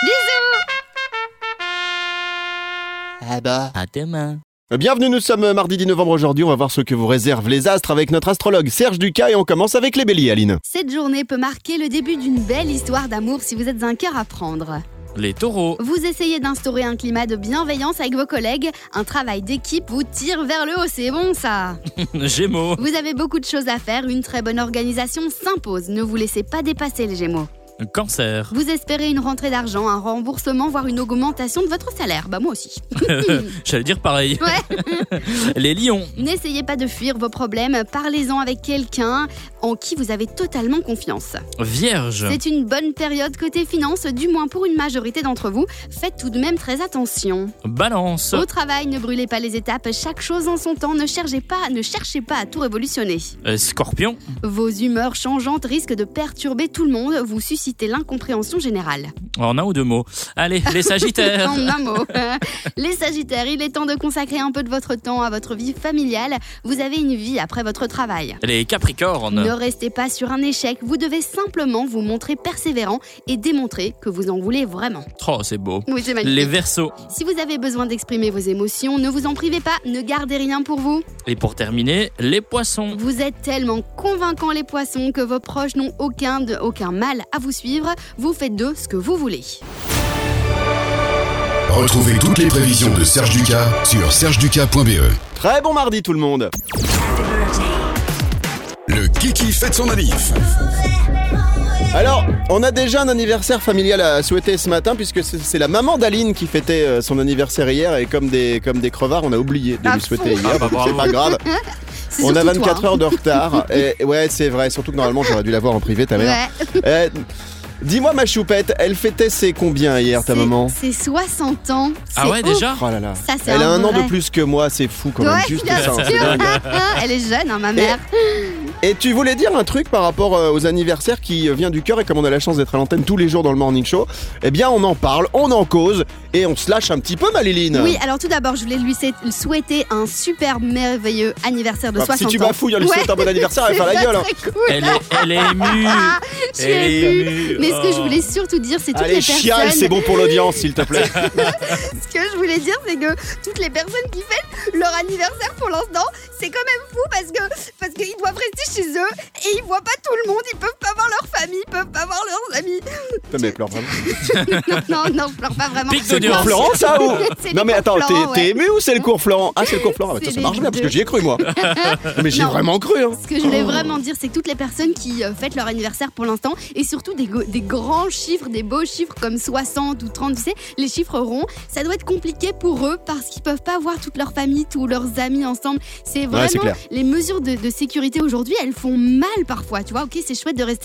Bisous. Ah bah. À demain. Bienvenue, nous sommes mardi 10 novembre aujourd'hui. On va voir ce que vous réservent les astres avec notre astrologue Serge Ducas et on commence avec les béliers, Aline. Cette journée peut marquer le début d'une belle histoire d'amour si vous êtes un cœur à prendre. Les taureaux. Vous essayez d'instaurer un climat de bienveillance avec vos collègues. Un travail d'équipe vous tire vers le haut, c'est bon ça. Gémeaux. Vous avez beaucoup de choses à faire, une très bonne organisation s'impose. Ne vous laissez pas dépasser les Gémeaux. Cancer. Vous espérez une rentrée d'argent, un remboursement, voire une augmentation de votre salaire. Bah moi aussi. J'allais dire pareil. Ouais. Les lions. N'essayez pas de fuir vos problèmes, parlez-en avec quelqu'un en qui vous avez totalement confiance. Vierge. C'est une bonne période côté finance, du moins pour une majorité d'entre vous. Faites tout de même très attention. Balance. Au travail, ne brûlez pas les étapes, chaque chose en son temps, ne cherchez pas à tout révolutionner. Scorpion. Vos humeurs changeantes risquent de perturber tout le monde, vous suscitez l'incompréhension générale. En un ou deux mots. Allez, les sagittaires. En un mot. Les sagittaires, il est temps de consacrer un peu de votre temps à votre vie familiale. Vous avez une vie après votre travail. Les capricornes. Ne restez pas sur un échec, vous devez simplement vous montrer persévérant et démontrer que vous en voulez vraiment. Oh, c'est beau. Oui, c'est magnifique. Les verseaux. Si vous avez besoin d'exprimer vos émotions, ne vous en privez pas, ne gardez rien pour vous. Et pour terminer, les poissons. Vous êtes tellement convaincants les poissons que vos proches n'ont aucun mal à vous suivre. Vous faites d'eux ce que vous voulez. Retrouvez toutes les prévisions de Serge Ducas sur sergeducas.be. Très bon mardi tout le monde. Le Kiki fête son manif. Alors, on a déjà un anniversaire familial à souhaiter ce matin puisque c'est la maman d'Aline qui fêtait son anniversaire hier et comme des crevards, on a oublié de lui souhaiter hier. Donc c'est pas grave. C'est On a surtout 24 toi, heures de retard. Et ouais, c'est vrai. Surtout que normalement, j'aurais dû la voir en privé, ta mère. Ouais. Dis-moi, ma choupette, elle fêtait ses combien hier, ta maman? C'est 60 ans. Ah ouais, c'est ouf. déjà? Oh là là. Ça, c'est Elle a un an vrai. de plus que moi, c'est fou quand même. Ouais, Juste bien ça, sûr. c'est dingue. Elle est jeune, hein, ma mère. Et tu voulais dire un truc par rapport aux anniversaires qui vient du cœur et comme on a la chance d'être à l'antenne tous les jours dans le Morning Show, eh bien on en parle, on en cause et on se lâche un petit peu, ma Liline. Oui, alors tout d'abord, je voulais lui souhaiter un super merveilleux anniversaire de 60 ans. Si tu bafouilles, on lui souhaite un bon anniversaire, elle va faire la gueule. Très cool. Elle est émue. Je suis émue. Mais ce que je voulais surtout dire, c'est toutes Allez, les chiale, personnes. c'est bon pour l'audience, s'il te plaît. Ce que je voulais dire, c'est que toutes les personnes qui fêtent leur anniversaire pour l'instant, c'est quand même fou parce qu'ils doivent rester chez eux et ils voient pas tout le monde, ils peuvent pas voir leur famille, ils peuvent pas voir leurs amis. Putain, mais pleure vraiment. non, je pleure pas vraiment. Pic C'est le d'audience. cours Florent, ça ou C'est Non le mais cours attends, Florent, t'es ouais. ému ou c'est le cours Florent? Ah, c'est le cours Florent. C'est Ça marche les bien parce deux. que j'y ai cru moi. Mais j'y ai Non. vraiment cru. Hein. Ce que je voulais vraiment dire, c'est que toutes les personnes qui fêtent leur anniversaire pour l'instant, et surtout des grands chiffres, des beaux chiffres comme 60 ou 30, tu sais, les chiffres ronds, ça doit être compliqué pour eux parce qu'ils peuvent pas voir toute leur famille, tous leurs amis ensemble. C'est Ouais, c'est vraiment clair. les mesures de sécurité aujourd'hui, elles font mal parfois. Tu vois, ok, c'est chouette de rester chez soi,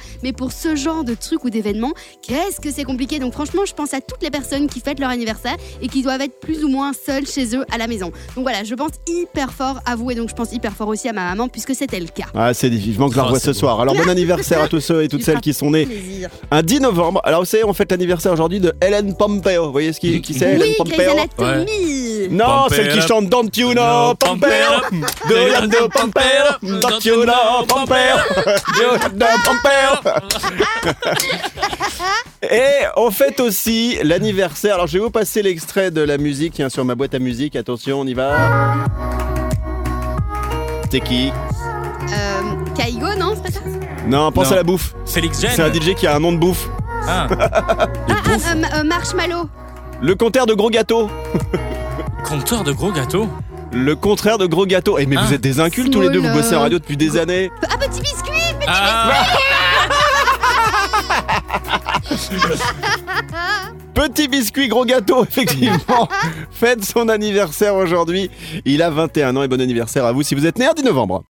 Mais pour ce genre de trucs ou d'événements, qu'est-ce que c'est compliqué. Donc franchement, je pense à toutes les personnes qui fêtent leur anniversaire et qui doivent être plus ou moins seules chez eux à la maison. Donc voilà, je pense hyper fort à vous et donc je pense hyper fort aussi à ma maman puisque c'était le cas. Ah, c'est vivement que je la revoie ce soir. Alors bon anniversaire à tous ceux et toutes celles qui sont nés un 10 novembre. Alors vous savez, on fête l'anniversaire aujourd'hui de Ellen Pompeo. Vous voyez qui c'est, Ellen Oui, Pompeo? Grey's Anatomy. Non, Pompeo. celle qui chante Don't You Know Pompeo, Do You Know Pompeo, Don't You Know Pompeo, Do You Know Pompeo. Et on fête aussi l'anniversaire. Alors je vais vous passer l'extrait de la musique, tiens, sur ma boîte à musique. Attention, on y va. C'était qui? Kaigo, non, c'est pas ça? Non, pense Non. à la bouffe. Félix Jen. C'est un DJ qui a un nom de bouffe. Ah. Marshmallow. Le compteur de gros gâteaux. Compteur de gros gâteaux. Le contraire de gros gâteaux. Eh mais vous êtes des incultes tous les deux, vous bossez en radio depuis des années. Ah, petit biscuit. Petit biscuit, gros gâteau, effectivement. Fête son anniversaire aujourd'hui. Il a 21 ans et bon anniversaire à vous si vous êtes né un 10 novembre.